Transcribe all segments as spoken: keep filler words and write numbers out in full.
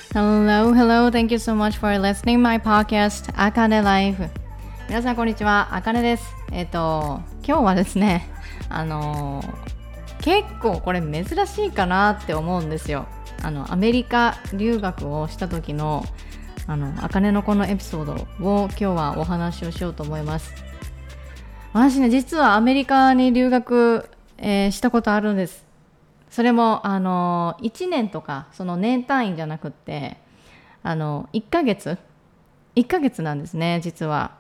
Hello, hello. Thank you so much for listening my podcast, Akane Life. 皆さんこんにちは、Akane です。えっと、今日はですね、あの結構これ珍しいかなって思うんですよ。あのアメリカ留学をした時のあのAkaneのこのエピソードを今日はお話をしようと思います。私ね、実はアメリカに留学、えー、したことあるんです。それもあのいちねんとかその年単位じゃなくってあのいっかげついっかげつなんですね、実は。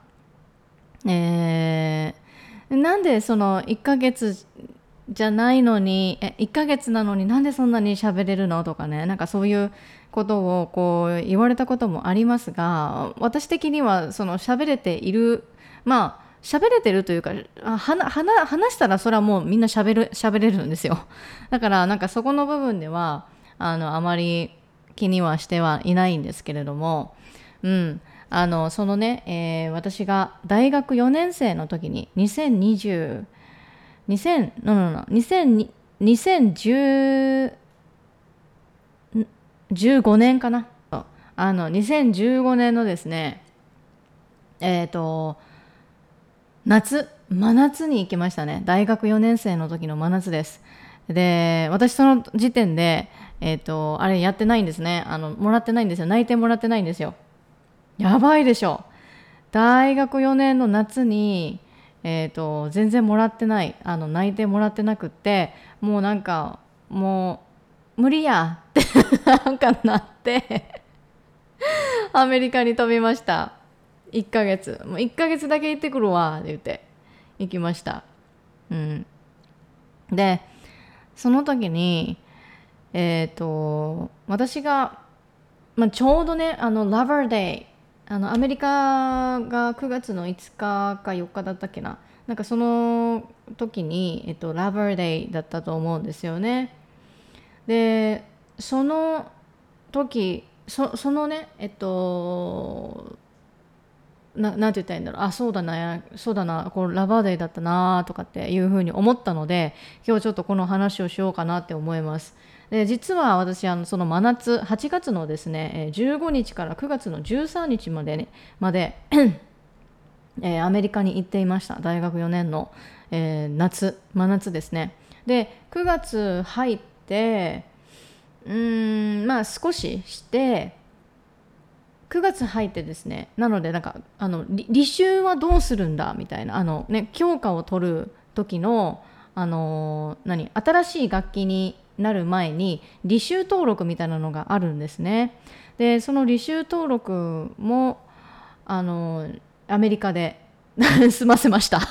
えー、なんでそのいっかげつじゃないのにえいっかげつなのになんでそんなに喋れるのとかね、なんかそういうことをこう言われたこともありますが、私的にはその喋れている、まあ喋れてるというか、あはなはな話したらそれはもうみんな喋る喋れるんですよ。だからなんかそこの部分ではあのあまり気にはしてはいないんですけれども、うん、あのそのね、えー私が大学よねん生の時ににせんにじゅう、2000、no, no, no, 2000 にせんじゅう、じゅうごねんかな。あのにせんじゅうごねんのですね、えっと夏真夏に行きましたね。大学よねん生の時の真夏です。で、私その時点でえっとあれやってないんですね。あのもらってないんですよ。内定もらってないんですよ。やばいでしょ。大学よねんの夏にえっと全然もらってない、あの内定もらってなくって、もうなんかもう無理やってなんかなってアメリカに飛びました。いっかげつ、もういっかげつだけ行ってくるわって言って行きました。うん。で、その時にえっと私が、まあ、ちょうどね、あのラバーデイ、あのアメリカがくがつのいつかかよっかだったっけな、なんかその時に、えっと、ラバーデイだったと思うんですよね。でその時そそのね、えっとななんて言ったらいいんだろう、あ、そうだなそうだな、こうラバーデーだったなとかっていうふうに思ったので、今日ちょっとこの話をしようかなって思います。で、実は私あのその真夏はちがつのですねじゅうごにちからくがつのじゅうさんにちまで、ね、までえーアメリカに行っていました。大学よねんの、えー夏真夏ですね。でくがつ入ってうーんまあ少ししてくがつ入ってですね、なのでなんかあの履修はどうするんだみたいな、あのね、教科を取る時のあの何新しい楽器になる前に履修登録みたいなのがあるんですね。でその履修登録もあのアメリカで済ませました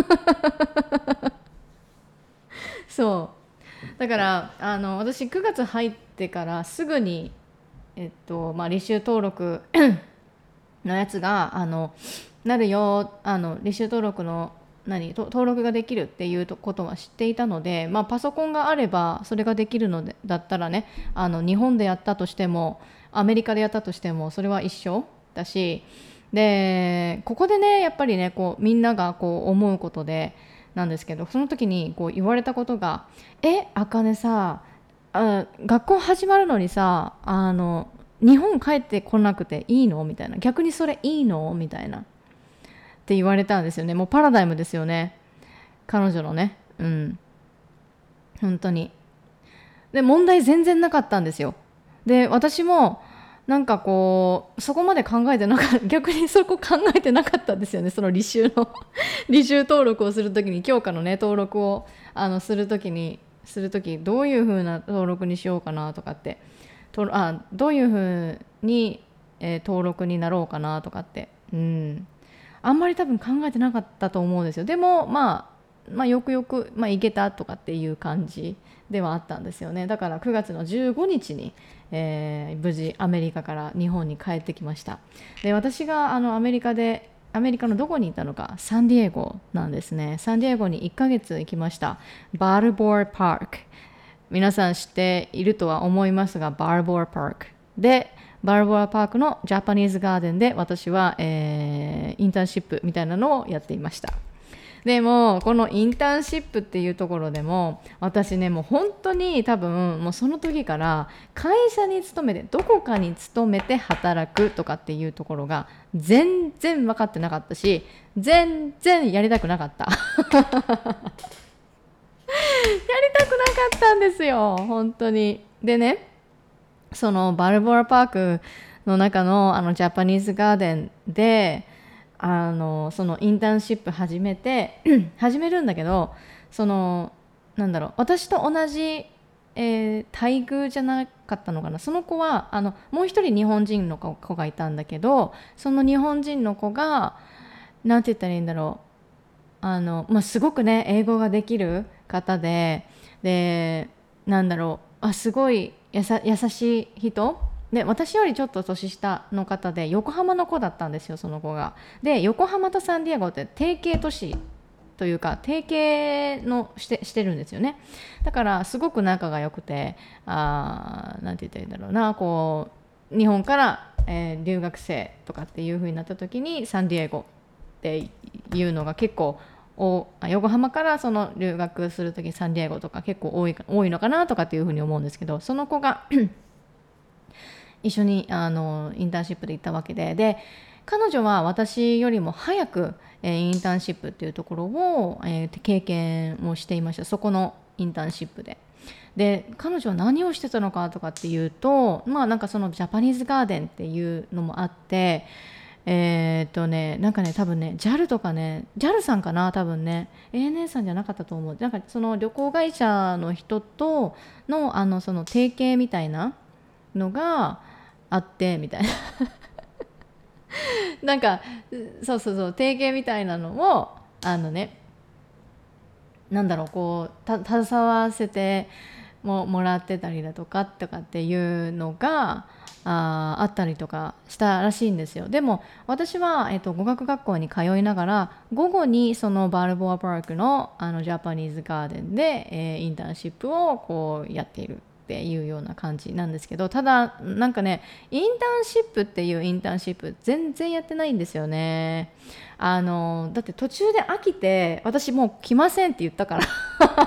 そうだからあの私くがつ入ってからすぐにえっとまあ、履修登録のやつがあのなるよ、あの履修登録の何と登録ができるっていうことは知っていたので、まあ、パソコンがあればそれができるのでだったらね、あの日本でやったとしてもアメリカでやったとしてもそれは一緒だし、でここでねやっぱりねこうみんながこう思うことでなんですけど、その時にこう言われたことが、えあかねさ、あ学校始まるのにさ、あの日本帰ってこなくていいのみたいな、逆にそれいいのみたいなって言われたんですよね。もうパラダイムですよね、彼女のね。うん本当に。で問題全然なかったんですよ。で私もなんかこうそこまで考えてなかった逆にそこ考えてなかったんですよね。その履修の履修登録をするときに、教科のね登録をあのするときにするときどういう風な登録にしようかなとかって、とあどういう風に、えー登録になろうかなとかって、うんあんまり多分考えてなかったと思うんですよ。でもまあまあよくよく、まあ、行けたとかっていう感じではあったんですよね。だからくがつのじゅうごにちに、えー無事アメリカから日本に帰ってきました。で私があのアメリカでアメリカのどこにいたのか、サンディエゴなんですね。サンディエゴにいっかげつ行きました。バルボーパーク、皆さん知っているとは思いますが、バルボーパークでバルボアパークのジャパニーズガーデンで私は、えーインターンシップみたいなのをやっていました。 でもこのインターンシップっていうところでも私ねもう本当に多分もうその時から会社に勤めてどこかに勤めて働くとかっていうところが全然分かってなかったし全然やりたくなかったやりたくなかったんですよ本当に。でねそのバルボラパークの中のあのジャパニーズガーデンであのそのインターンシップ始めて始めるんだけどそのなんだろう私と同じ、えー、待遇じゃなかったのかな。その子はあのもう一人日本人の子がいたんだけどその日本人の子がなんて言ったらいいんだろうあの、まあ、すごくね英語ができる方ででなんだろうあすごいやさ優しい人で私よりちょっと年下の方で横浜の子だったんですよその子が。で横浜とサンディエゴって提携都市というか提携のしてしてるんですよね。だからすごく仲が良くてあなんて言ったらいいんだろうなこう日本から、えー、留学生とかっていう風になった時にサンディエゴっていうのが結構お横浜からその留学する時にサンディエゴとか結構多い、多いのかなとかっていう風に思うんですけどその子が一緒にあのインターンシップで行ったわけで、で彼女は私よりも早く、えー、インターンシップっていうところを、えー、経験をしていました。そこのインターンシップで。で彼女は何をしてたのかとかっていうとまあなんかそのジャパニーズガーデンっていうのもあってえー、っとねなんかね多分ね ジャル とかね ジャル さんかな多分ね エーエヌエー さんじゃなかったと思う。なんかその旅行会社の人とのあのその提携みたいなのがあってみたいななんかそうそうそう提携みたいなのをあのねなんだろうこうた携わせてももらってたりだとかとかっていうのがああったりとかしたらしいんですよ。でも私は、えっと、語学学校に通いながら午後にそのバルボアパークの、あのジャパニーズガーデンで、えー、インターンシップをこうやっているっていうような感じなんですけどただなんかねインターンシップっていうインターンシップ全然やってないんですよね。あのだって途中で飽きて私もう来ませんって言ったから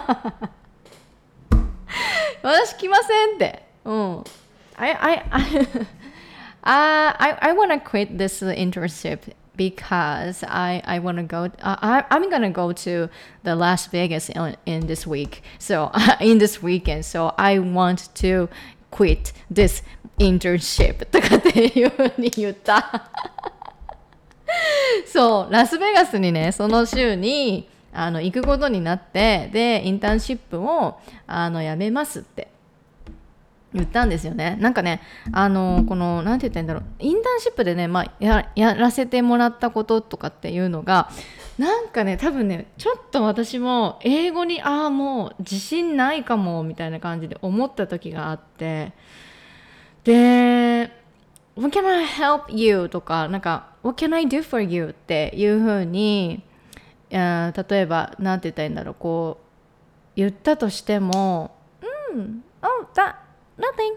私来ませんって。うん。I, I, I, I, I want to quit this internship because I, I want to go, I, I'm going to go to the Las Vegas in, in this week. So, in this weekend. So, I want to quit this internship とかっていうふうに言った。そう、ラスベガスにね、その週に、あの行くことになってでインターンシップをあのやめますって言ったんですよね。なんかねあのこのなんて言ったらいいんだろうインターンシップでね、まあ、や, やらせてもらったこととかっていうのがなんかね多分ねちょっと私も英語にああもう自信ないかもみたいな感じで思った時があってで What can I help you? とかなんか What can I do for you? っていう風にいや例えばなんて言ったらいいんだろうこう言ったとしてもうん Oh that nothing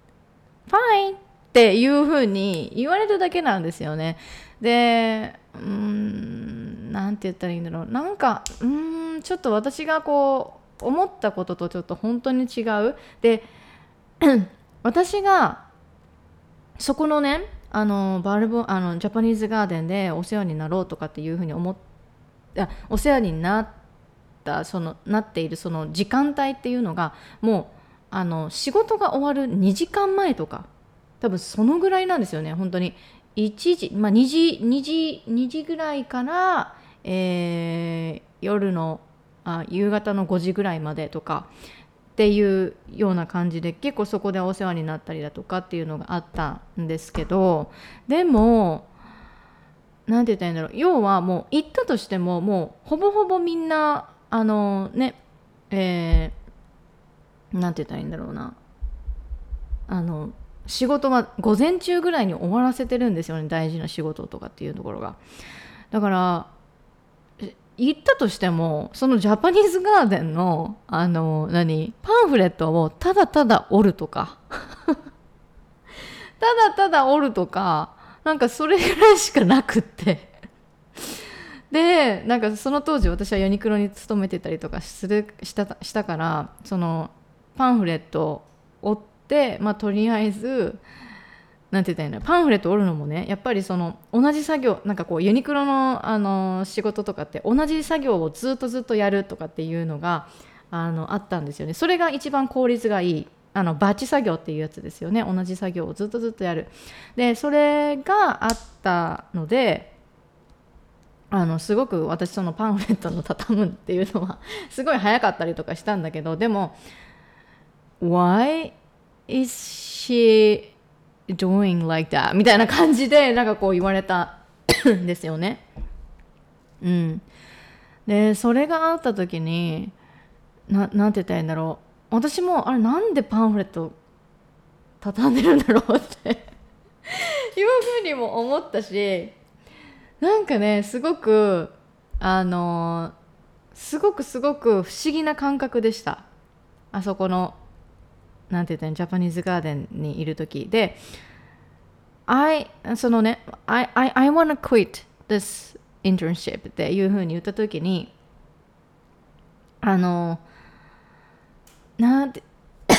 fine っていう風に言われるだけなんですよね。でうーんなんて言ったらいいんだろうなんかうーんちょっと私がこう思ったこととちょっと本当に違うで私がそこのねあのバルボあのジャパニーズガーデンでお世話になろうとかっていう風に思ってお世話になったそのなっているその時間帯っていうのがもうあの仕事が終わるにじかんまえとか多分そのぐらいなんですよね。本当にいちじ、まあ、2時2時2時ぐらいから、えー、夜のあ夕方のごじぐらいまでとかっていうような感じで結構そこでお世話になったりだとかっていうのがあったんですけどでもなんて言ったらいいんだろう要はもう行ったとしてももうほぼほぼみんなあのねえー、なんて言ったらいいんだろうなあの仕事は午前中ぐらいに終わらせてるんですよね大事な仕事とかっていうところがだから行ったとしてもそのジャパニーズガーデンのあの何パンフレットをただただ折るとかただただ折るとかなんかそれぐらいしかなくってでなんかその当時私はユニクロに勤めてたりとかするしたしたからそのパンフレットを追って、まあ、とりあえずなんて言ったらいいんだパンフレット折るのもねやっぱりその同じ作業なんかこうユニクロの、あの仕事とかって同じ作業をずっとずっとやるとかっていうのがあのあったんですよね。それが一番効率がいいあのバッチ作業っていうやつですよね。同じ作業をずっとずっとやる。でそれがあったのであのすごく私そのパンフレットの畳むっていうのはすごい早かったりとかしたんだけどでも Why is she doing like that? みたいな感じでなんかこう言われたんですよね。うん。でそれがあった時にななんて言ったらいいんだろう私もあれなんでパンフレット畳んでるんだろうっていうふうにも思ったしなんかねすごくあのすごくすごく不思議な感覚でした。あそこのなんて言ったらジャパニーズガーデンにいる時で I そのね I, I, I wanna quit this internship っていうふうに言った時にあのなんて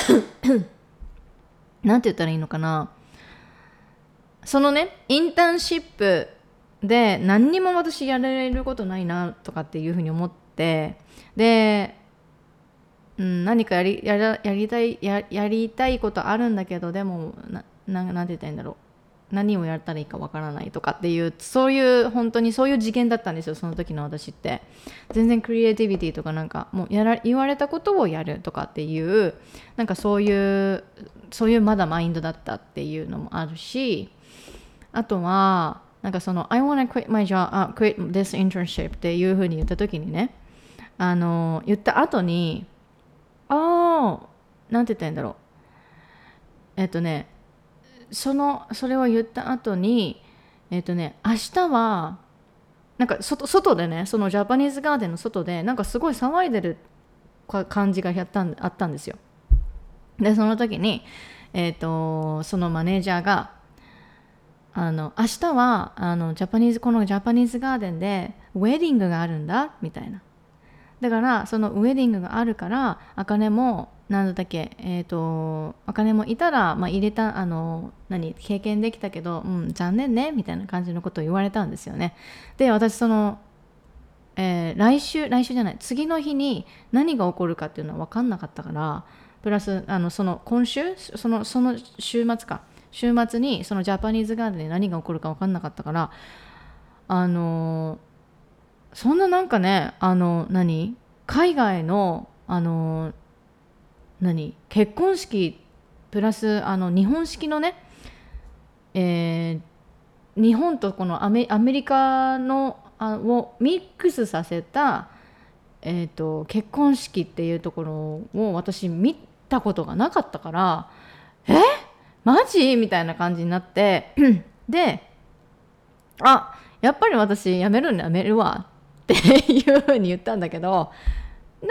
なんて言ったらいいのかなそのねインターンシップで何にも私やれることないなとかっていうふうに思ってで、うん、何かやり、やらやりたいや、やりたいことあるんだけどでもなななんて言ったらいいんだろう何をやったらいいかわからないとかっていうそういう本当にそういう次元だったんですよその時の私って全然クリエイティビティとかなんかもうやら言われたことをやるとかっていうなんかそういうそういうまだマインドだったっていうのもあるしあとはなんかその I wanna quit my job、uh, quit this internship っていう風に言った時にねあの言った後にああなんて言ったらいいんだろうえっとねそのそれを言った後にえっとね明日はなんか 外, 外でねそのジャパニーズガーデンの外でなんかすごい騒いでる感じがやったんあったんですよ。でその時にえっとそのマネージャーがあの明日はあのジャパニーズこのジャパニーズガーデンでウェディングがあるんだみたいなだからそのウェディングがあるからあかねも何だっけえっ、ー、とあかねもいたら、まあ、入れたあの何経験できたけど、うん、残念ねみたいな感じのことを言われたんですよね。で私その、えー、来週来週じゃない次の日に何が起こるかっていうのは分かんなかったからプラスあのその今週そのその週末か週末にそのジャパニーズガーデンで何が起こるか分かんなかったからあのそんななんかねあの何海外のあの何結婚式プラスあの日本式のね、えー、日本とこのアメ、アメリカのあをミックスさせた、えーと、結婚式っていうところを私見たことがなかったからえマジみたいな感じになってであやっぱり私辞めるんだ辞めるわっていうふうに言ったんだけど No,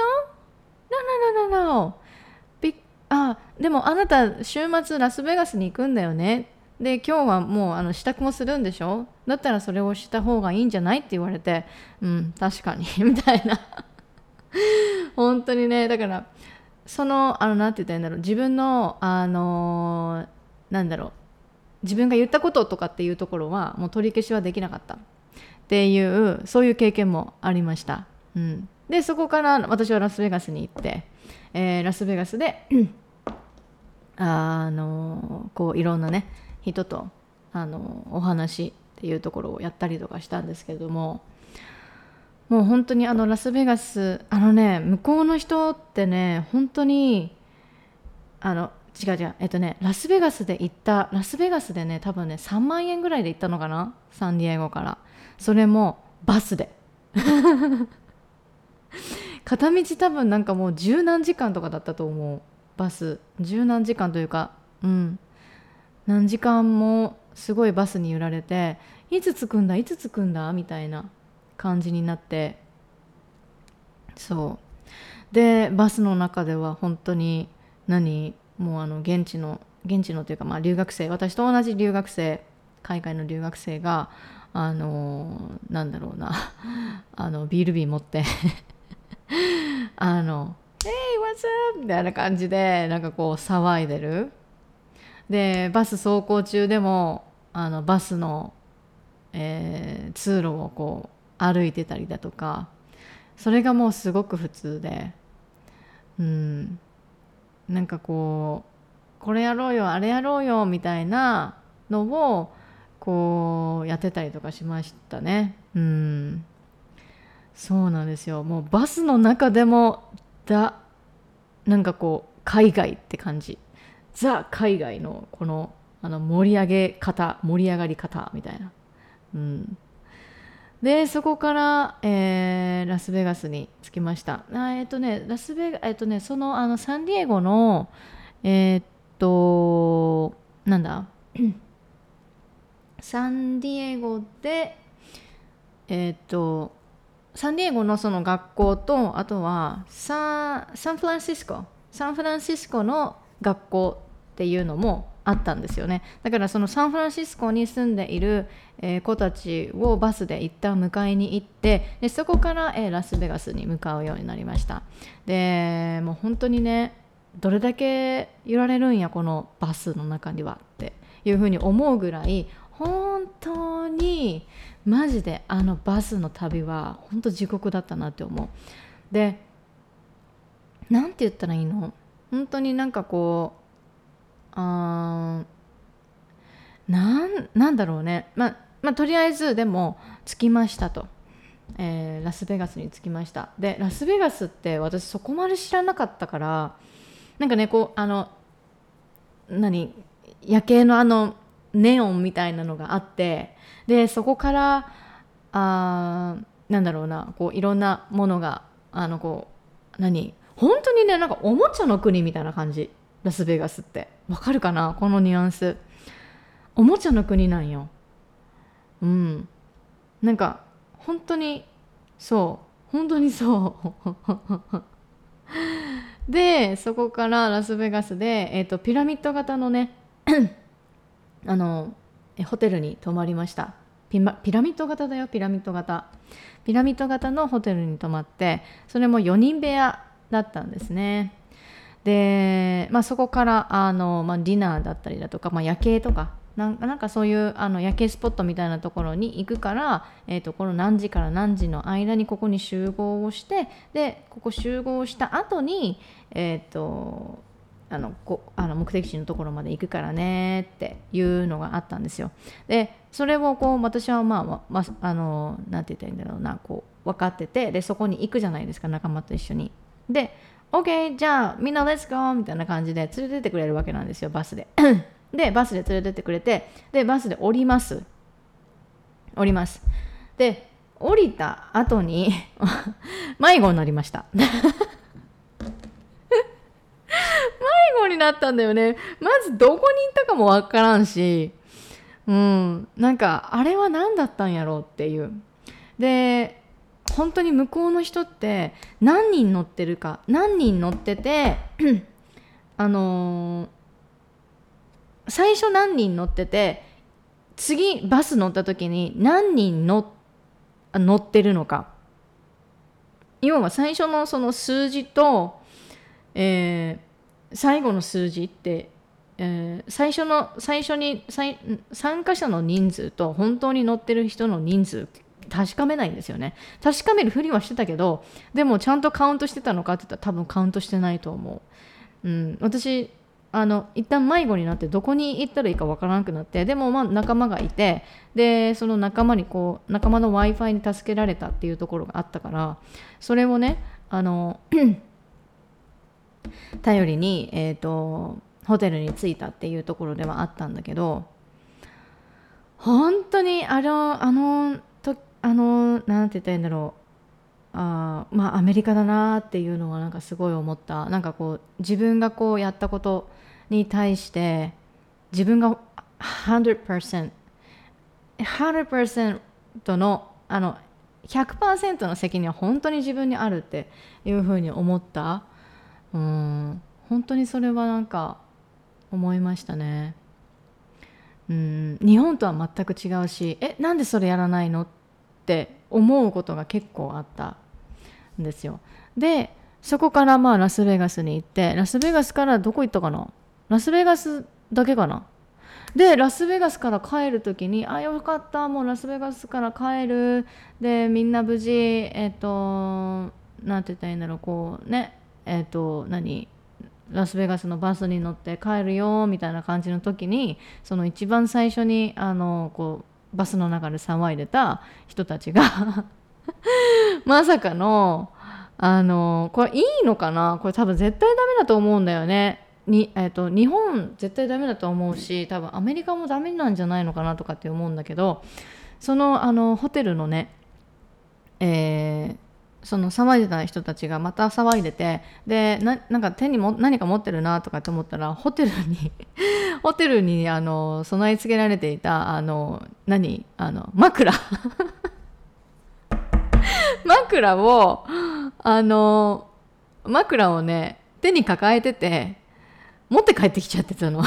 no, no, no, no, no. あでもあなた週末ラスベガスに行くんだよねで今日はもうあの支度もするんでしょだったらそれをした方がいいんじゃないって言われてうん確かにみたいな本当にねだからそのあのなんて言ったらいいんだろう自分のあのなんだろう自分が言ったこととかっていうところはもう取り消しはできなかったっていうそういう経験もありました、うん、でそこから私はラスベガスに行って、えー、ラスベガスであのこういろんなね人とあのお話っていうところをやったりとかしたんですけれどももう本当にあのラスベガスあのね向こうの人ってね本当にあの違う違うえっとねラスベガスで行ったラスベガスでね多分ねさんまんえんぐらいで行ったのかなサンディエゴからそれもバスで片道多分なんかもう十何時間とかだったと思うバス十何時間というかうん何時間もすごいバスに揺られていつ着くんだいつ着くんだみたいな感じになってそうでバスの中では本当に何もうあの現地の現地のというかまあ留学生私と同じ留学生海外の留学生があのなんだろうなあのビール瓶持ってあの「Hey, what's up?」みたいな感じでなんかこう騒いでる。でバス走行中でもあのバスの、えー通路をこう歩いてたりだとか、それがもうすごく普通で、うんなんかこうこれやろうよあれやろうよみたいなのをこうやってたりとかしましたね。うんそうなんですよ。もうバスの中でもだなんかこう海外って感じ、ザ海外のこのあの盛り上げ方盛り上がり方みたいな。うんでそこから、えーラスベガスに着きました。あえっ、とねラスベガえっ、とねそのあのサンディエゴのえっ、となんだサンディエゴでえっ、とサンディエゴのその学校と、あとはササンフランシスコサンフランシスコの学校っていうのもあったんですよね。だからそのサンフランシスコに住んでいる、えー子たちをバスで一旦迎えに行って、でそこから、えーラスベガスに向かうようになりました。でもう本当にね、どれだけ揺られるんやこのバスの中にはっていうふうに思うぐらい、本当にマジであのバスの旅は本当地獄だったなって思う。でなんて言ったらいいの、本当になんかこうあーなんなんだろうね、ままあとりあえずでも着きましたと、えーラスベガスに着きました。でラスベガスって私そこまで知らなかったから、なんかねこうあの何夜景のあのネオンみたいなのがあって、でそこからあーなんだろうな、こういろんなものがあのこう何本当にね、なんかおもちゃの国みたいな感じ。ラスベガスってわかるかな、このニュアンス。おもちゃの国なんよ。うんなんか本当にそう本当にそうでそこからラスベガスで、えー、とピラミッド型のねあのえホテルに泊まりました。ピマピラミッド型だよ、ピラミッド型ピラミッド型のホテルに泊まって、それもよにん部屋だったんですね。で、まあ、そこからあの、まあ、ディナーだったりだとか、まあ、夜景とかなんかなんかそういうあの夜景スポットみたいなところに行くから、えー、とこの何時から何時の間にここに集合をして、でここ集合した後にえっ、とあのこあの目的地のところまで行くからねっていうのがあったんですよ。でそれをこう私はまあ、まあ、あのなんて言ったらいいんだろうな、こう分かってて、でそこに行くじゃないですか、仲間と一緒に。で OK じゃあみんなレッツゴーみたいな感じで連れてってくれるわけなんですよ、バスででバスで連れてってくれて、でバスで降ります降りますで降りた後に迷子になりました迷子になったんだよね。まずどこに行ったかもわからんし、うんなんかあれは何だったんやろうっていう。で本当に向こうの人って何人乗ってるか、何人乗っててあのー最初何人乗ってて、次バス乗った時に何人乗乗ってるのか、要は最初のその数字と、えー最後の数字って、えー最初の最初に最参加者の人数と本当に乗ってる人の人数確かめないんですよね。確かめるふりはしてたけど、でもちゃんとカウントしてたのかって言ったら多分カウントしてないと思う。うん、私あの一旦迷子になってどこに行ったらいいかわからなくなって、でもまあ仲間がいて、でその仲間にこう仲間の w i f i に助けられたっていうところがあったから、それをねあの頼りに、えーとホテルに着いたっていうところではあったんだけど、本当にあのあのとあのなんて言ったらいいんだろう、あまあアメリカだなっていうのはなんかすごい思った。なんかこう自分がこうやったことに対して自分がひゃくパーセント ひゃくパーセントのあのひゃくパーセントの責任は本当に自分にあるっていうふうに思った。うん本当にそれはなんか思いましたね。 うん、日本とは全く違うし、えなんでそれやらないのって思うことが結構あったんですよ。でそこからまあラスベガスに行って、ラスベガスからどこ行ったかな、ラスベガスだけかな。でラスベガスから帰る時に、あよかった、もうラスベガスから帰る、でみんな無事、えっ、となんて言ったらいいんだろう、こうね、えっ、と何ラスベガスのバスに乗って帰るよみたいな感じの時に、その一番最初にあのこうバスの中で騒いでた人たちがまさかのあのこれいいのかな、これ多分絶対ダメだと思うんだよね。に、えーと、日本絶対ダメだと思うし、多分アメリカもダメなんじゃないのかなとかって思うんだけど、そのあのホテルのね、えーその騒いでた人たちがまた騒いでて、で な, なんか手にも何か持ってるなとかって思ったら、ホテルにホテルにあの備え付けられていたあの何あの枕枕をあの枕をね手に抱えてて持って帰ってきちゃってたのも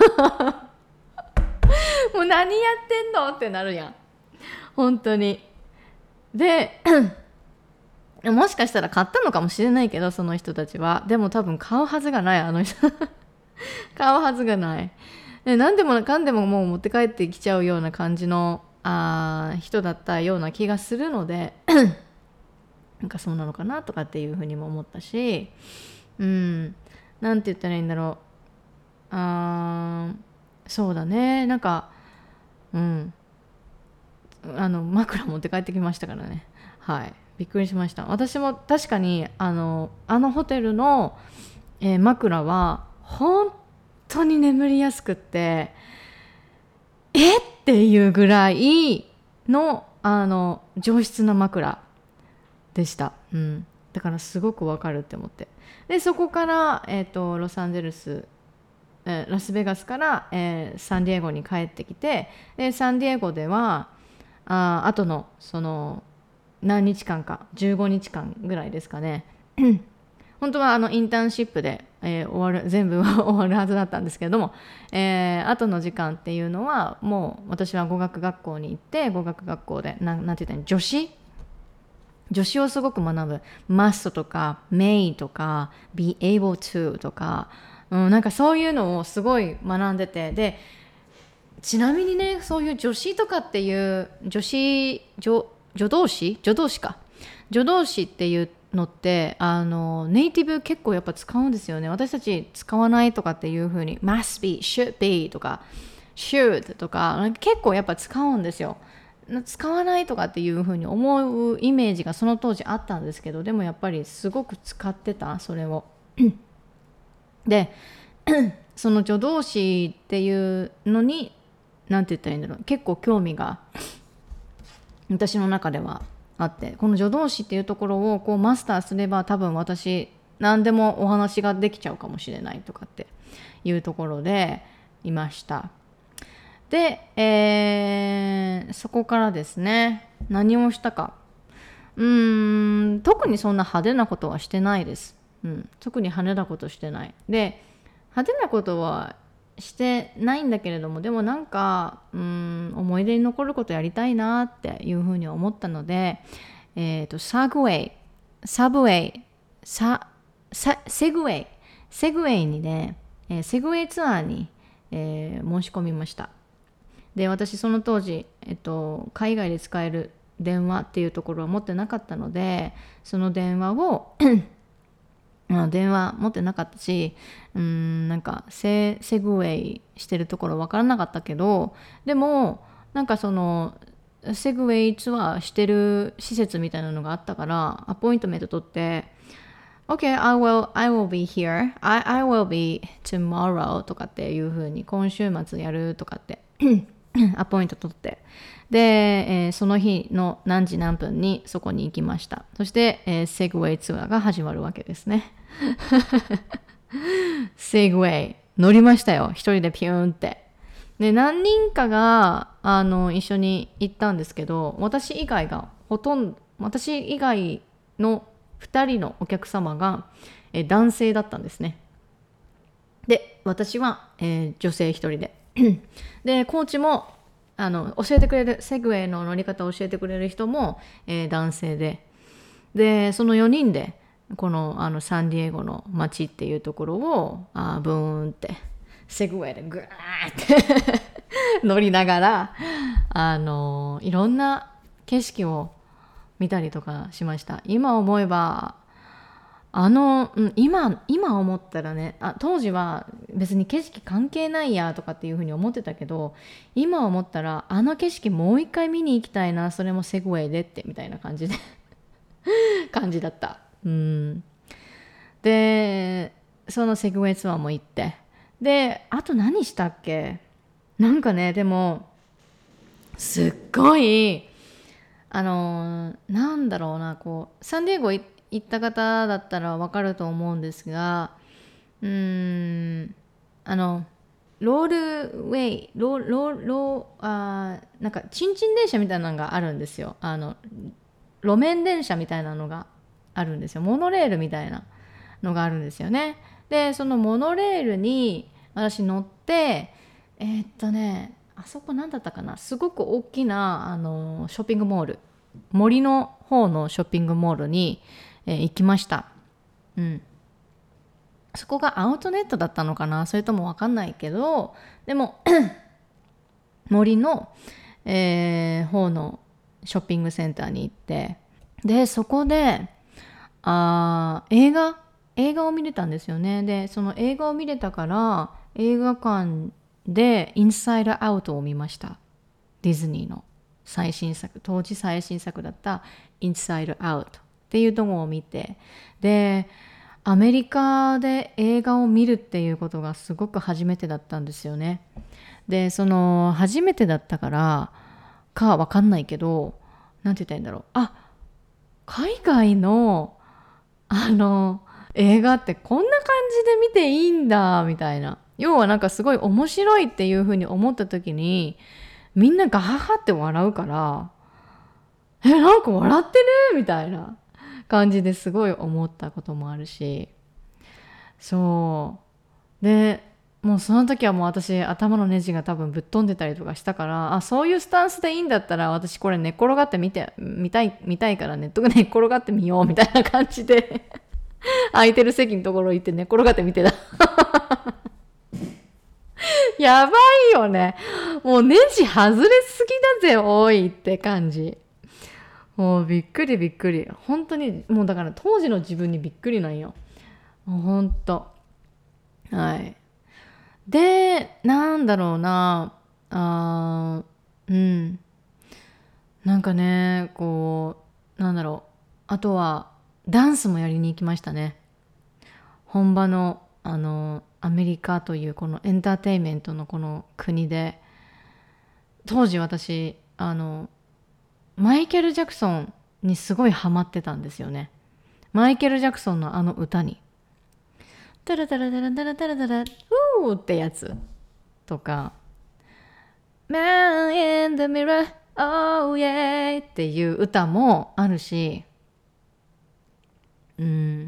う何やってんのってなるやん本当に。でもしかしたら買ったのかもしれないけど、その人たちはでも多分買うはずがない、あの人買うはずがない。で何でもかんでももう持って帰ってきちゃうような感じのあ人だったような気がするのでなんかそうなのかなとかっていうふうにも思ったし、うんなんて言ったらいいんだろう、あそうだね、なんかうんあの枕持って帰ってきましたからね。はい、びっくりしました。私も確かにあのあのホテルの、えー枕は本当に眠りやすくって、えっていうぐらいのあの上質な枕でした、うん、だからすごくわかるって思って、でそこから、えーと、ロサンゼルス、えーラスベガスから、えーサンディエゴに帰ってきて、でサンディエゴではあ後のその何日間かじゅうごにちかんぐらいですかね本当はあのインターンシップで、えー終わる全部終わるはずだったんですけれども、えー後の時間っていうのはもう私は語学学校に行って、語学学校でななんて言ったら助詞助詞をすごく学ぶ。 must とか may とか be able to とか、うん、なんかそういうのをすごい学んでて、でちなみにね、そういう助詞とかっていう助詞助助動詞助動詞か助動詞っていうのってあのネイティブ結構やっぱ使うんですよね。私たち使わないとかっていう風に must be should be とか should とか結構やっぱ使うんですよ。使わないとかっていう風に思うイメージがその当時あったんですけど、でもやっぱりすごく使ってたそれをでその助動詞っていうのになんて言ったらいいんだろう、結構興味が私の中ではあって、この助動詞っていうところをこうマスターすれば多分私何でもお話ができちゃうかもしれないとかっていうところでいました。で、えー、そこからですね、何をしたか、うーん特にそんな派手なことはしてないです、うん、特に派手なことしてない。で派手なことはしてないんだけれども、でもなんかうーん思い出に残ることやりたいなっていうふうに思ったので、えーとサグウェイサブウェイササセグウェイセグウェイにね、えーセグウェイツアーに、えー申し込みました。で私その当時、えっと、海外で使える電話っていうところは持ってなかったので、その電話を電話持ってなかったし、うーんなんかセセグウェイしてるところ分からなかったけど、でもなんかそのセグウェイツアーしてる施設みたいなのがあったからアポイントメント取って OK I will, I will be here I, I will be tomorrow とかっていう風に今週末やるとかってアポイント取って、で、えーその日の何時何分にそこに行きました。そして、えーセグウェイツアーが始まるわけですねセグウェイ乗りましたよ、一人でピューンって。で何人かがあの一緒に行ったんですけど、私以外がほとんど私以外のふたりのお客様が、えー男性だったんですね。で私は、えー女性一人ででコーチもあの教えてくれる、セグウェイの乗り方を教えてくれる人も、えー男性で、でそのよにんでこの、あのサンディエゴの街っていうところをあーブーンってセグウェイでグーって乗りながら、あのいろんな景色を見たりとかしました。今思えばあの、うん、今今思ったらね、あ当時は別に景色関係ないやとかっていうふうに思ってたけど、今思ったらあの景色もう一回見に行きたいな、それもセグウェイでってみたいな感じで感じだった。うん。でそのセグウェイツアーも行って、であと何したっけ。なんかね、でもすっごいあのなんだろうな、こうサンディエゴ行った方だったらわかると思うんですが、うーんあのロールウェイローローローあーなんかチンチン電車みたいなのがあるんですよ。あの路面電車みたいなのがあるんですよ。モノレールみたいなのがあるんですよね。でそのモノレールに私乗って、えーっとねあそこ何だったかな、すごく大きなあのショッピングモール、森の方のショッピングモールに、えー行きました。うん。そこがアウトレットだったのかな、それとも分かんないけど、でも森の、えー方のショッピングセンターに行って、でそこであー映画映画を見れたんですよね。でその映画を見れたから映画館でインサイドアウトを見ました。ディズニーの最新作、当時最新作だったインサイドアウトっていうところを見て、でアメリカで映画を見るっていうことがすごく初めてだったんですよね。でその初めてだったからかわかんないけど、なんて言ったらいいんだろう、あ海外のあの映画ってこんな感じで見ていいんだみたいな、要はなんかすごい面白いっていう風に思った時にみんなガハハって笑うから、えなんか笑ってるみたいな感じですごい思ったこともあるし、そうでもうその時はもう私頭のネジが多分ぶっ飛んでたりとかしたから、あそういうスタンスでいいんだったら私これ寝っ転がって見て見たい見たいからネットで寝っ転がってみようみたいな感じで空いてる席のところ行って寝っ転がって見てたやばいよね。もうネジ外れすぎだぜおいって感じ。もうびっくりびっくり。本当にもうだから当時の自分にびっくりなんよ。もうほんと。はい。で、なんだろうな。あーうん。なんかね、こう、なんだろう。あとは、ダンスもやりに行きましたね。本場の、あの、アメリカというこのエンターテインメントのこの国で、当時私、あの、マイケル・ジャクソンにすごいハマってたんですよね。マイケル・ジャクソンのあの歌に。タラタラタラタラタラタラ、うーってやつとか、Man in the mirror, oh yeah っていう歌もあるし、うん、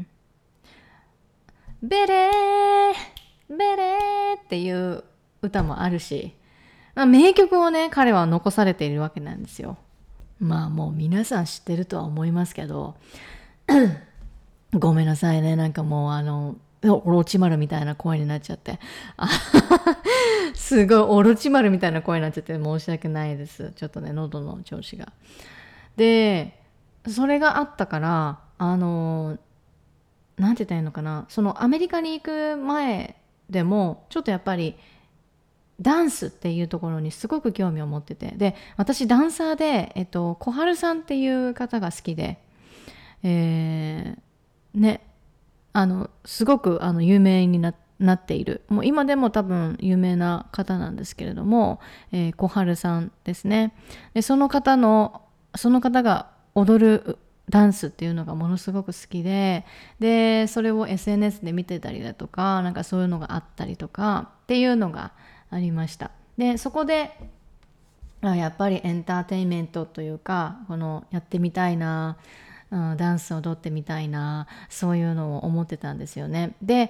ベレー、ベレーっていう歌もあるし、まあ、名曲をね、彼は残されているわけなんですよ。まあもう皆さん知ってるとは思いますけど、ごめんなさいね、なんかもうあの、オロチマルみたいな声になっちゃって。あすごいオロチマルみたいな声になっちゃって申し訳ないです。ちょっとね、喉の調子が。で、それがあったから、あの、なんて言ったらいいのかな、そのアメリカに行く前でも、ちょっとやっぱり、ダンスっていうところにすごく興味を持ってて、で、私ダンサーで、えっと、小春さんっていう方が好きで、えー、ね、あのすごくあの有名に な, なっている、もう今でも多分有名な方なんですけれども、えー、小春さんですね。でその方のその方が踊るダンスっていうのがものすごく好きで、でそれを エスエヌエス で見てたりだとか、なんかそういうのがあったりとかっていうのがありました。でそこであやっぱりエンターテインメントというか、このやってみたいな、うん、ダンスを踊ってみたいな、そういうのを思ってたんですよね。で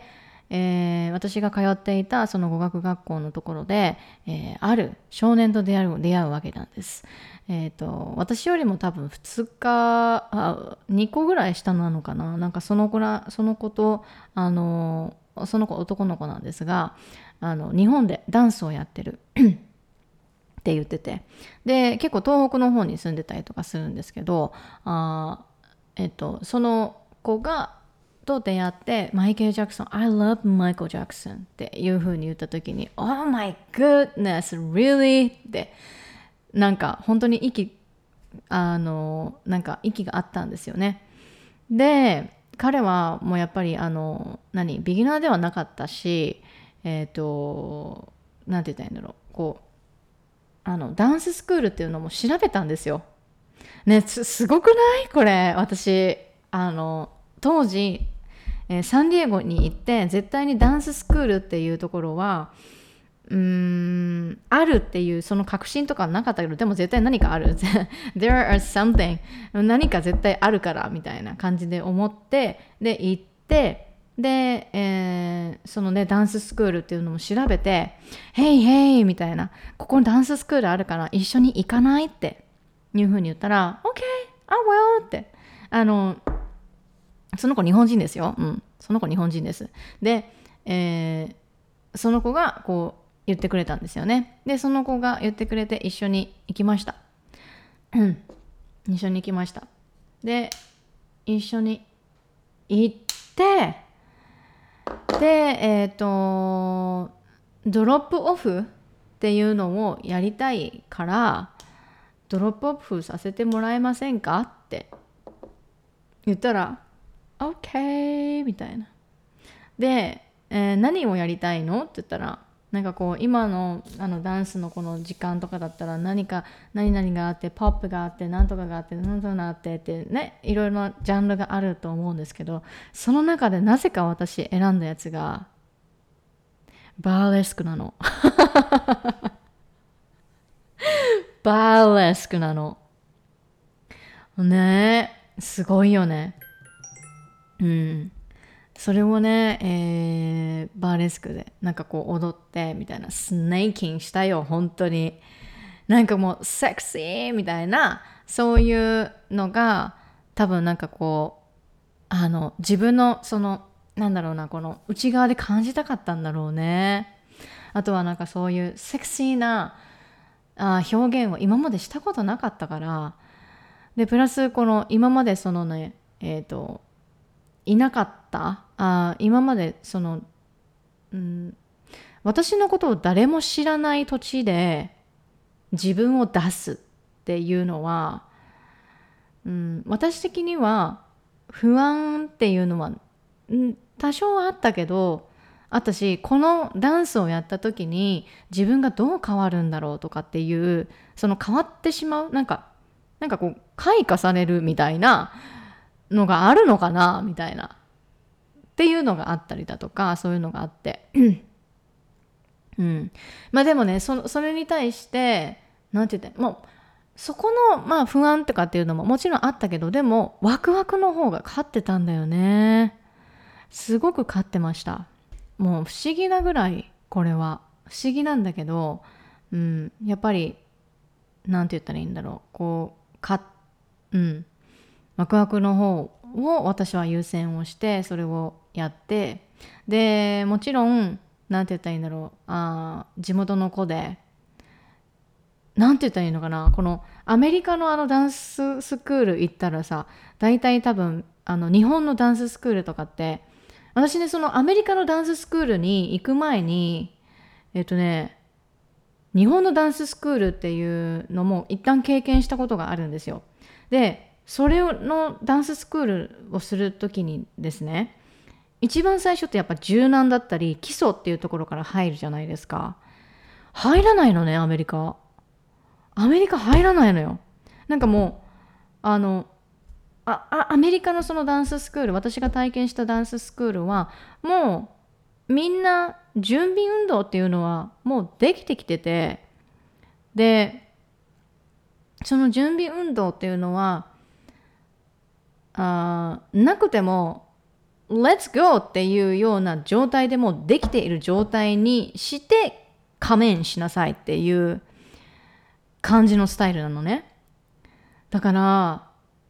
えー私が通っていたその語学学校のところで、えーある少年と出会う、出会うわけなんです。えっと、私よりも多分ふつか、あ、にこぐらい下なのかな。なんかその子ら、その子と、あの、その子男の子なんですが、あの、日本でダンスをやってるって言ってて、で結構東北の方に住んでたりとかするんですけど、あえっとその子がと出会ってマイケル・ジャクソン I love Michael Jackson っていう風に言った時に Oh my goodness really ってなんか本当に息あのなんか息があったんですよね。で彼はもうやっぱりあの何ビギナーではなかったし、えっとなんて言ったらいいんだろう、こうあのダンススクールっていうのも調べたんですよ。ね、す、すごくないこれ。私あの当時、えーサンディエゴに行って絶対にダンススクールっていうところはうーんあるっていうその確信とかなかったけど、でも絶対何かあるthere are something 何か絶対あるからみたいな感じで思って、で行って、で、えーそのねダンススクールっていうのも調べて「ヘイヘイ」みたいな「ここにダンススクールあるから一緒に行かない？」っていうふうに言ったら「OK I will」ってあのその子日本人ですよ。うん。その子日本人です。で、えーその子がこう言ってくれたんですよね。で、その子が言ってくれて一緒に行きました。うん。一緒に行きました。で、一緒に行って、で、えっと、ドロップオフっていうのをやりたいから、ドロップオフさせてもらえませんかって言ったら、OK みたいな。で、えー何をやりたいのって言ったら、なんかこう今のあのダンスのこの時間とかだったら何か何々があってポップがあってなんとかがあってなんとかがあってってね、いろいろなジャンルがあると思うんですけど、その中でなぜか私選んだやつがバーレスクなの。バーレスクなのね。えすごいよね。うん。それをね、えーバーレスクでなんかこう踊ってみたいな、スネーキングしたよ本当に。なんかもうセクシーみたいな、そういうのが多分なんかこうあの自分のそのなんだろうな、この内側で感じたかったんだろうね。あとはなんかそういうセクシーなあ表現を今までしたことなかったから、でプラスこの今までそのねえっ、といなかったあ今までその、うん、私のことを誰も知らない土地で自分を出すっていうのは、うん、私的には不安っていうのは、うん、多少はあったけど、あったし、このダンスをやった時に自分がどう変わるんだろうとかっていう、その変わってしまうなんかなんかこう開花されるみたいなのがあるのかなみたいなっていうのがあったりだとか、そういうのがあってうん、まあでもね、そそれに対してなんて言ってもうそこのまあ不安とかっていうのももちろんあったけど、でもワクワクの方が勝ってたんだよね。すごく勝ってました。もう不思議なぐらい、これは不思議なんだけど、うん、やっぱりなんて言ったらいいんだろう、こうかうんワクワクの方を私は優先をしてそれをやって、でもちろんなんて言ったらいいんだろう、あー地元の子でなんて言ったらいいのかな、このアメリカのあのダンススクール行ったらさ、大体多分あの日本のダンススクールとかって、私ねそのアメリカのダンススクールに行く前にえっとね日本のダンススクールっていうのも一旦経験したことがあるんですよ。でそれのダンススクールをするときにですね、一番最初ってやっぱ柔軟だったり基礎っていうところから入るじゃないですか。入らないのね、アメリカ。アメリカ入らないのよ。なんかもうあのああアメリカのそのダンススクール、私が体験したダンススクールはもうみんな準備運動っていうのはもうできてきてて、でその準備運動っていうのはあなくても Let's go っていうような状態でもできている状態にして仮面しなさいっていう感じのスタイルなのね。だから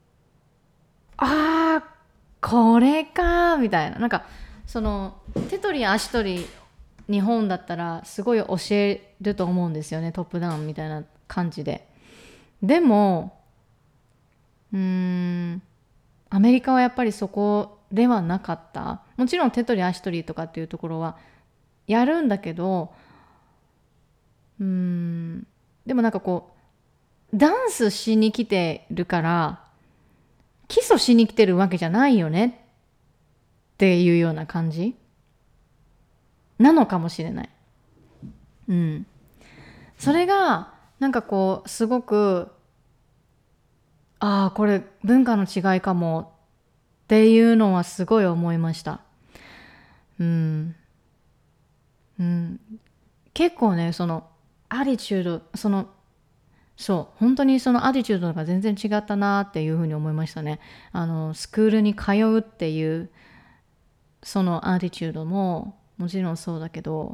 あーこれかみたいな、なんかその手取り足取り日本だったらすごい教えると思うんですよね、トップダウンみたいな感じで。でもうーんアメリカはやっぱりそこではなかった。もちろん手取り足取りとかっていうところはやるんだけど、うーんでもなんかこうダンスしに来てるから基礎しに来てるわけじゃないよねっていうような感じなのかもしれない。うん。それがなんかこうすごくああこれ文化の違いかもっていうのはすごい思いました。うん。うん。結構ねそのアティチュードそのそう本当にそのアティチュードが全然違ったなっていうふうに思いましたね。あのスクールに通うっていうそのアティチュードももちろんそうだけど、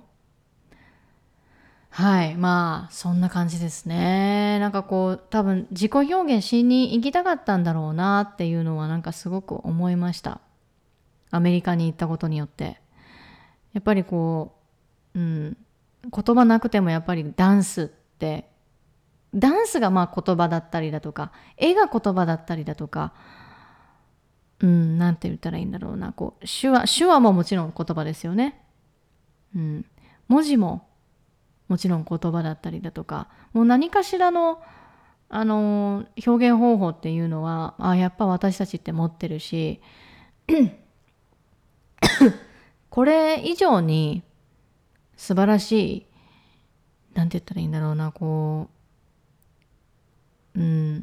はいまあそんな感じですね。なんかこう多分自己表現しに行きたかったんだろうなっていうのはなんかすごく思いました。アメリカに行ったことによってやっぱりこう、うん、言葉なくてもやっぱりダンスってダンスがまあ言葉だったりだとか絵が言葉だったりだとか、うん、なんて言ったらいいんだろうな、こう手話手話ももちろん言葉ですよね。うん、文字ももちろん言葉だったりだとか、もう何かしらのあの表現方法っていうのはあやっぱ私たちって持ってるしこれ以上に素晴らしい、なんて言ったらいいんだろうな、こう、うん、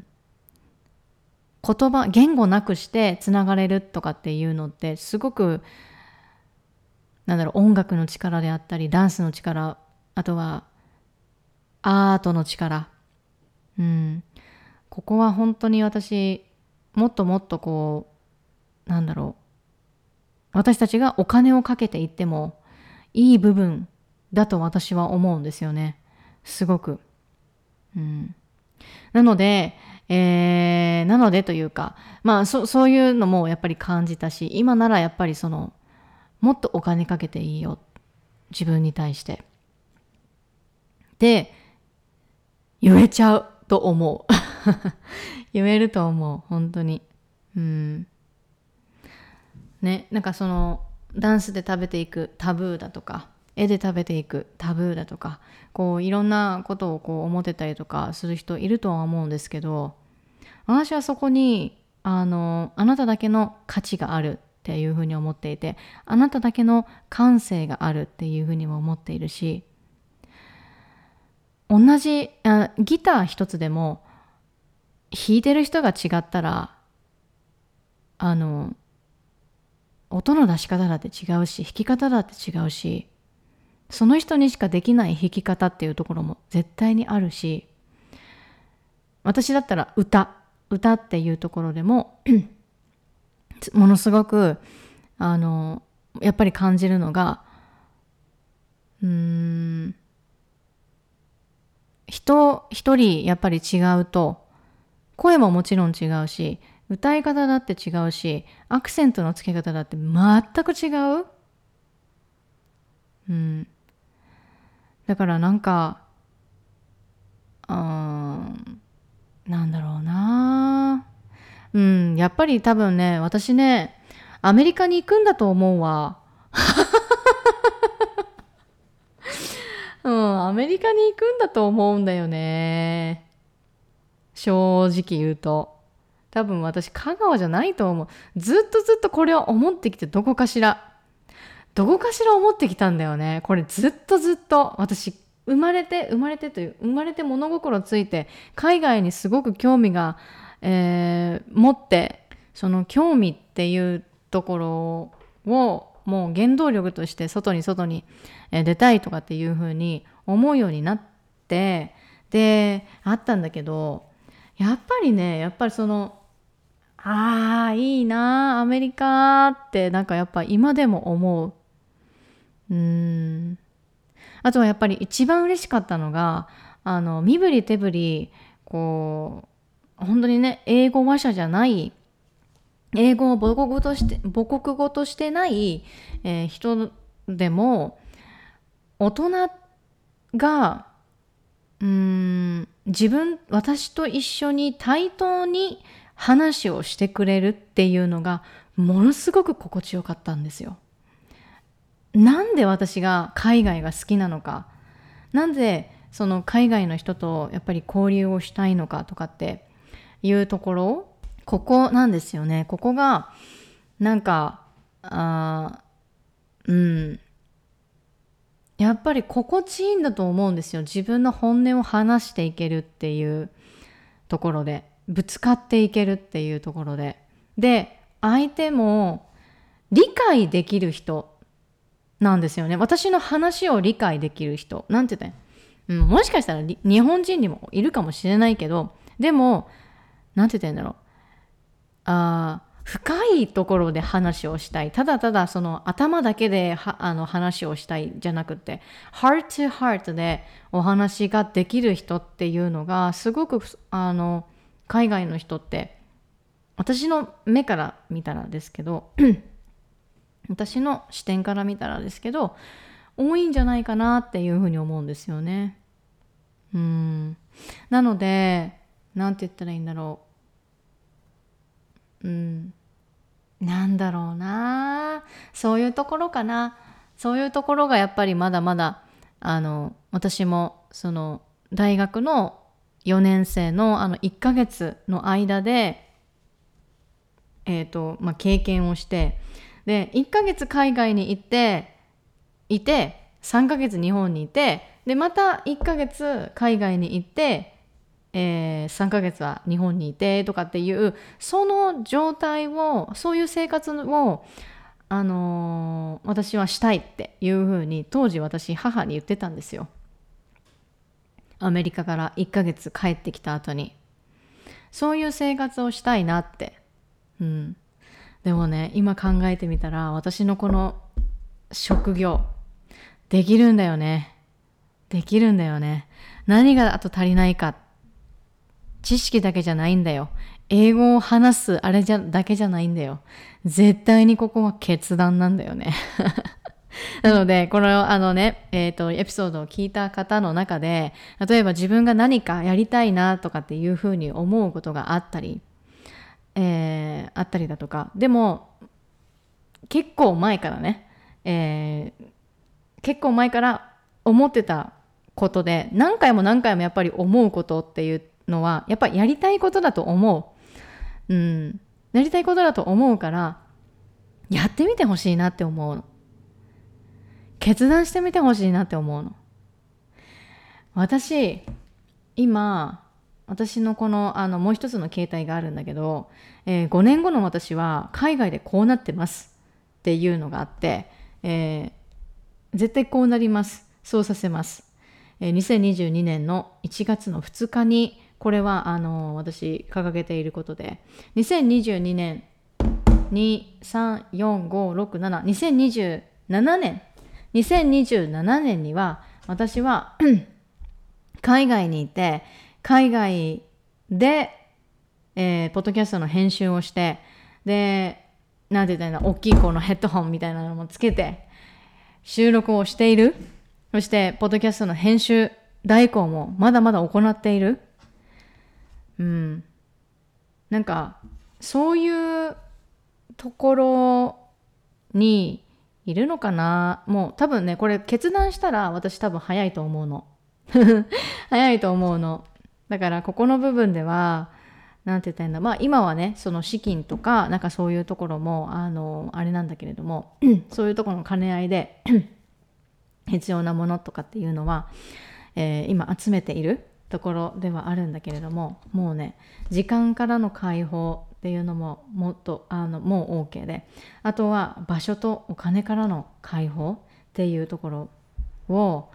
言葉言語なくしてつながれるとかっていうのってすごくなんだろう、音楽の力であったりダンスの力、あとはアートの力、うん、ここは本当に私もっともっとこうなんだろう、私たちがお金をかけていってもいい部分だと私は思うんですよね、すごく。うん、なので、えー、なのでというか、まあそそういうのもやっぱり感じたし、今ならやっぱりそのもっとお金かけていいよ、自分に対してで言えちゃうと思う言えると思う本当に。うんね、なんかそのダンスで食べていくタブーだとか絵で食べていくタブーだとか、こういろんなことをこう思ってたりとかする人いるとは思うんですけど、私はそこにあのあなただけの価値があるっていうふうに思っていて、あなただけの感性があるっていうふうにも思っているし、同じあギター一つでも弾いてる人が違ったらあの音の出し方だって違うし弾き方だって違うし、その人にしかできない弾き方っていうところも絶対にあるし、私だったら歌歌っていうところでもものすごくあのやっぱり感じるのが、うーん人一人やっぱり違うと声ももちろん違うし歌い方だって違うしアクセントの付け方だって全く違う。うん、だからなんかうーんなんだろうな、うんやっぱり多分ね私ねアメリカに行くんだと思うわうんアメリカに行くんだと思うんだよね、正直言うと。多分私香川じゃないと思う。ずっとずっとこれは思ってきて、どこかしらどこかしら思ってきたんだよね、これずっとずっと。私生まれて生まれてという生まれて物心ついて海外にすごく興味が、えー持って、その興味っていうところをもう原動力として外に外にえー出たいとかっていう風に思うようになって、であったんだけど、やっぱりねやっぱりそのああいいなアメリカってなんかやっぱ今でも思う。うーんあとはやっぱり一番嬉しかったのが、あの身振り手振りこう本当にね英語話者じゃない英語を母国語として母国語としてない、えー人でも大人がうーん自分私と一緒に対等に話をしてくれるっていうのがものすごく心地よかったんですよ。なんで私が海外が好きなのか、なんでその海外の人とやっぱり交流をしたいのかとかっていうところ、ここなんですよね。ここがなんかあうんやっぱり心地いいんだと思うんですよ。自分の本音を話していけるっていうところで、ぶつかっていけるっていうところで、で相手も理解できる人なんですよね。私の話を理解できる人なんて言ったら、うん、もしかしたら日本人にもいるかもしれないけど、でもなんて言ったらいいんだろう、あ深いところで話をしたい、ただただその頭だけではあの話をしたいじゃなくて heart to heart でお話ができる人っていうのがすごくあの海外の人って私の目から見たらですけど私の視点から見たらですけど多いんじゃないかなっていうふうに思うんですよね。うんなのでなんて言ったらいいんだろう、うんなんだろうな、そういうところかな。そういうところがやっぱりまだまだあの私もその大学のよねん生のあのいっかげつの間でえーとまあ、経験をして、でいっかげつ海外に行っていてさんかげつ日本にいて、でまたいっかげつ海外に行って、えー、さんかげつは日本にいてとかっていうその状態を、そういう生活を、あのー私はしたいっていうふうに当時私母に言ってたんですよ。アメリカからいっかげつ帰ってきた後にそういう生活をしたいなって。うんでもね今考えてみたら私のこの職業できるんだよね。できるんだよね。何があと足りないか、知識だけじゃないんだよ。英語を話すあれじゃだけじゃないんだよ。絶対にここは決断なんだよね。なのでこのあのねえっとエピソードを聞いた方の中で、例えば自分が何かやりたいなとかっていうふうに思うことがあったり、えーあったりだとか、でも結構前からね、えー結構前から思ってたことで、何回も何回もやっぱり思うことっていうのはやっぱりやりたいことだと思う。うん、やりたいことだと思うからやってみてほしいなって思うの。決断してみてほしいなって思うの。私今私のこのあのもう一つの携帯があるんだけど、えーごねんごの私は海外でこうなってますっていうのがあって、えー絶対こうなります。そうさせます。えーにせんにじゅうにねんのいちがつのふつかにこれはあの私掲げていることで、にせんにじゅうにねんに、さん、よん、ご、ろく、なな、にせんにじゅうななねんにせんにじゅうななねんには私は海外にいて、海外で、えーポッドキャストの編集をして、でなんて言ったらいいんだ、大きいこのヘッドホンみたいなのもつけて収録をしている。そしてポッドキャストの編集代行もまだまだ行っている。うんなんかそういうところにいるのかな。もう多分ねこれ決断したら私多分早いと思うの。早いと思うの。だからここの部分ではなんて言ったらいいんだ、まあ今はねその資金とかなんかそういうところもあのあれなんだけれどもそういうところの兼ね合いで必要なものとかっていうのは、えー今集めているところではあるんだけれども、もうね時間からの解放っていうのももっとあのもう OK で、あとは場所とお金からの解放っていうところを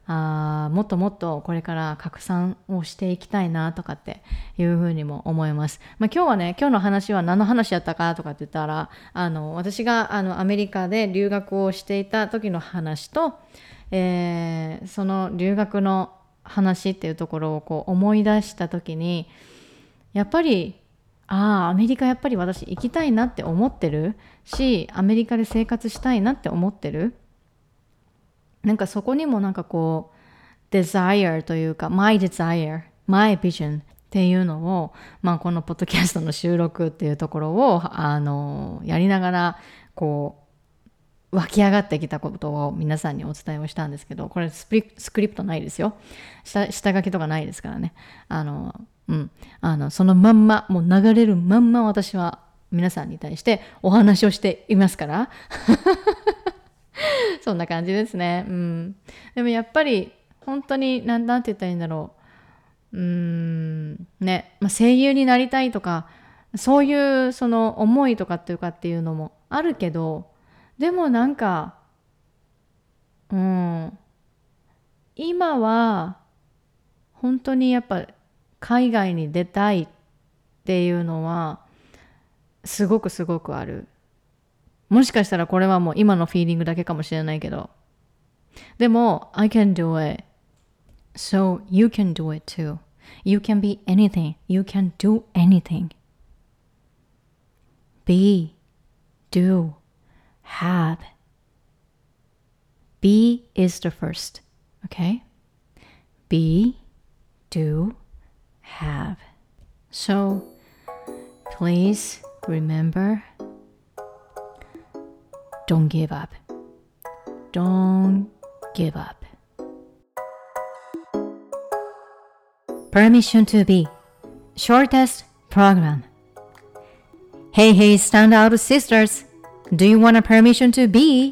あもっともっとこれから拡散をしていきたいなとかっていうふうにも思います。まあ、今日はね、今日の話は何の話やったかとかって言ったら、あの私があのアメリカで留学をしていた時の話と、えー、その留学の話っていうところをこう思い出した時に、やっぱりああアメリカやっぱり私行きたいなって思ってるし、アメリカで生活したいなって思ってる。なんかそこにもなんかこう desire というか my desire, my vision っていうのを、まあこのポッドキャストの収録っていうところをあのやりながらこう湧き上がってきたことを皆さんにお伝えをしたんですけど、これスプリスクリプトないですよ。下、下書きとかないですからね。あの、うん。あの、そのまんま、もう流れるまんま私は皆さんに対してお話をしていますから。そんな感じですね。うん。でもやっぱり本当になんなんて言ったらいいんだろう。うーんね、まあ、声優になりたいとかそういうその思いとかっていうかっていうのもあるけど、でもなんかうん今は本当にやっぱ海外に出たいっていうのはすごくすごくある。もしかしたらこれはもう今のフィーリングだけかもしれないけど、でも I can do it, so you can do it too. You can be anything. You can do anything. Be, do, have. Be is the first. Okay? Be, do, have. So please remember, don't give up. Don't give up. Permission to be shortest program. Hey, hey, stand out sisters. Do you want a permission to be?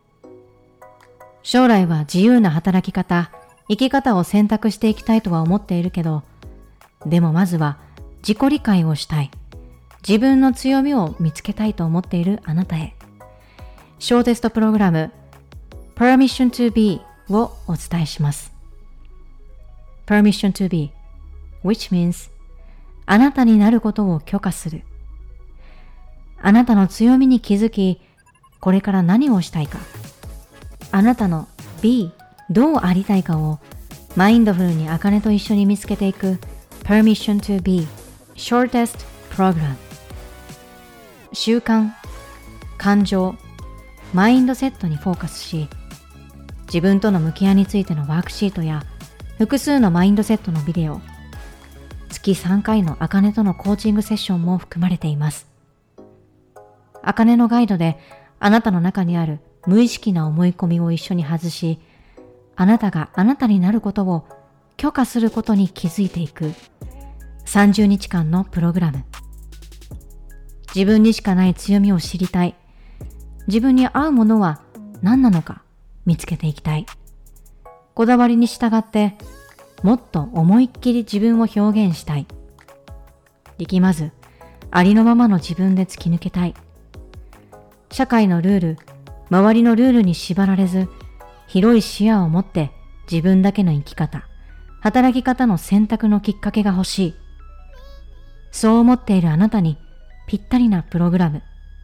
将来は自由な働き方、生き方を選択していきたいとは思っているけど、でもまずは自己理解をしたい。自分の強みを見つけたいと思っているあなたへ。ショーテストプログラム Permission to be をお伝えします。Permission to be, which means あなたになることを許可する。あなたの強みに気づき、これから何をしたいか。あなたの be どうありたいかをマインドフルにあかねと一緒に見つけていく Permission to be Shortest Program。 習慣、感情、マインドセットにフォーカスし、自分との向き合いについてのワークシートや複数のマインドセットのビデオ、月さんかいのあかねとのコーチングセッションも含まれています。あかねのガイドであなたの中にある無意識な思い込みを一緒に外し、あなたがあなたになることを許可することに気づいていくさんじゅうにちかんのプログラム。自分にしかない強みを知りたい。自分に合うものは何なのか見つけていきたい。こだわりに従ってもっと思いっきり自分を表現したい。力まずありのままの自分で突き抜けたい。社会のルール、周りのルールに縛られず、広い視野を持って自分だけの生き方、働き方の選択のきっかけが欲しい。そう思っているあなたにぴったりなプログラム。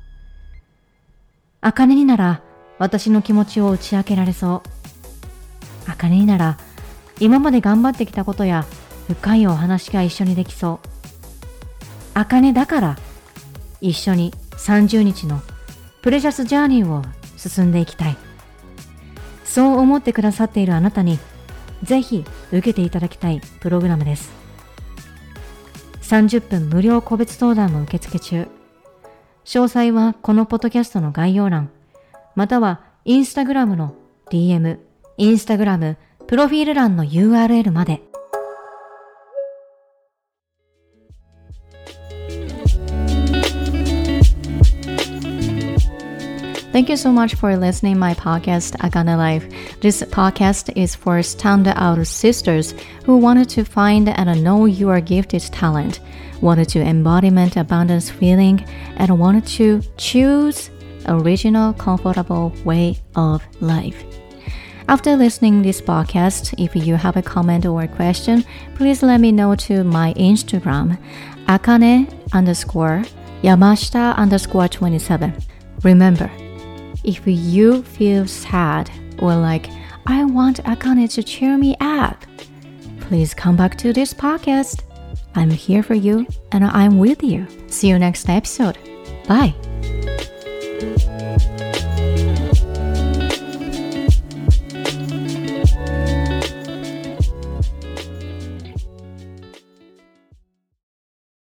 あかねになら私の気持ちを打ち明けられそう。あかねになら今まで頑張ってきたことや深いお話が一緒にできそう。あかねだから一緒にさんじゅうにちのプレシャスジャーニーを進んでいきたい。そう思ってくださっているあなたにぜひ受けていただきたいプログラムです。さんじゅっぷん無料個別相談も受付中。詳細はこのポッドキャストの概要欄、またはインスタグラムの ディーエム、インスタグラムプロフィール欄の ユーアールエル まで。Thank you so much for listening my podcast, Akane Life. This podcast is for standout sisters who wanted to find and know your gifted talent, wanted to embodiment abundance feeling, and wanted to choose original, comfortable way of life. After listening this podcast, if you have a comment or a question, please let me know to my Instagram, akane underscore yamashita underscore twenty-seven. Remember, if you feel sad or like, I want Akane to cheer me up, please come back to this podcast. I'm here for you and I'm with you. See you next episode. Bye.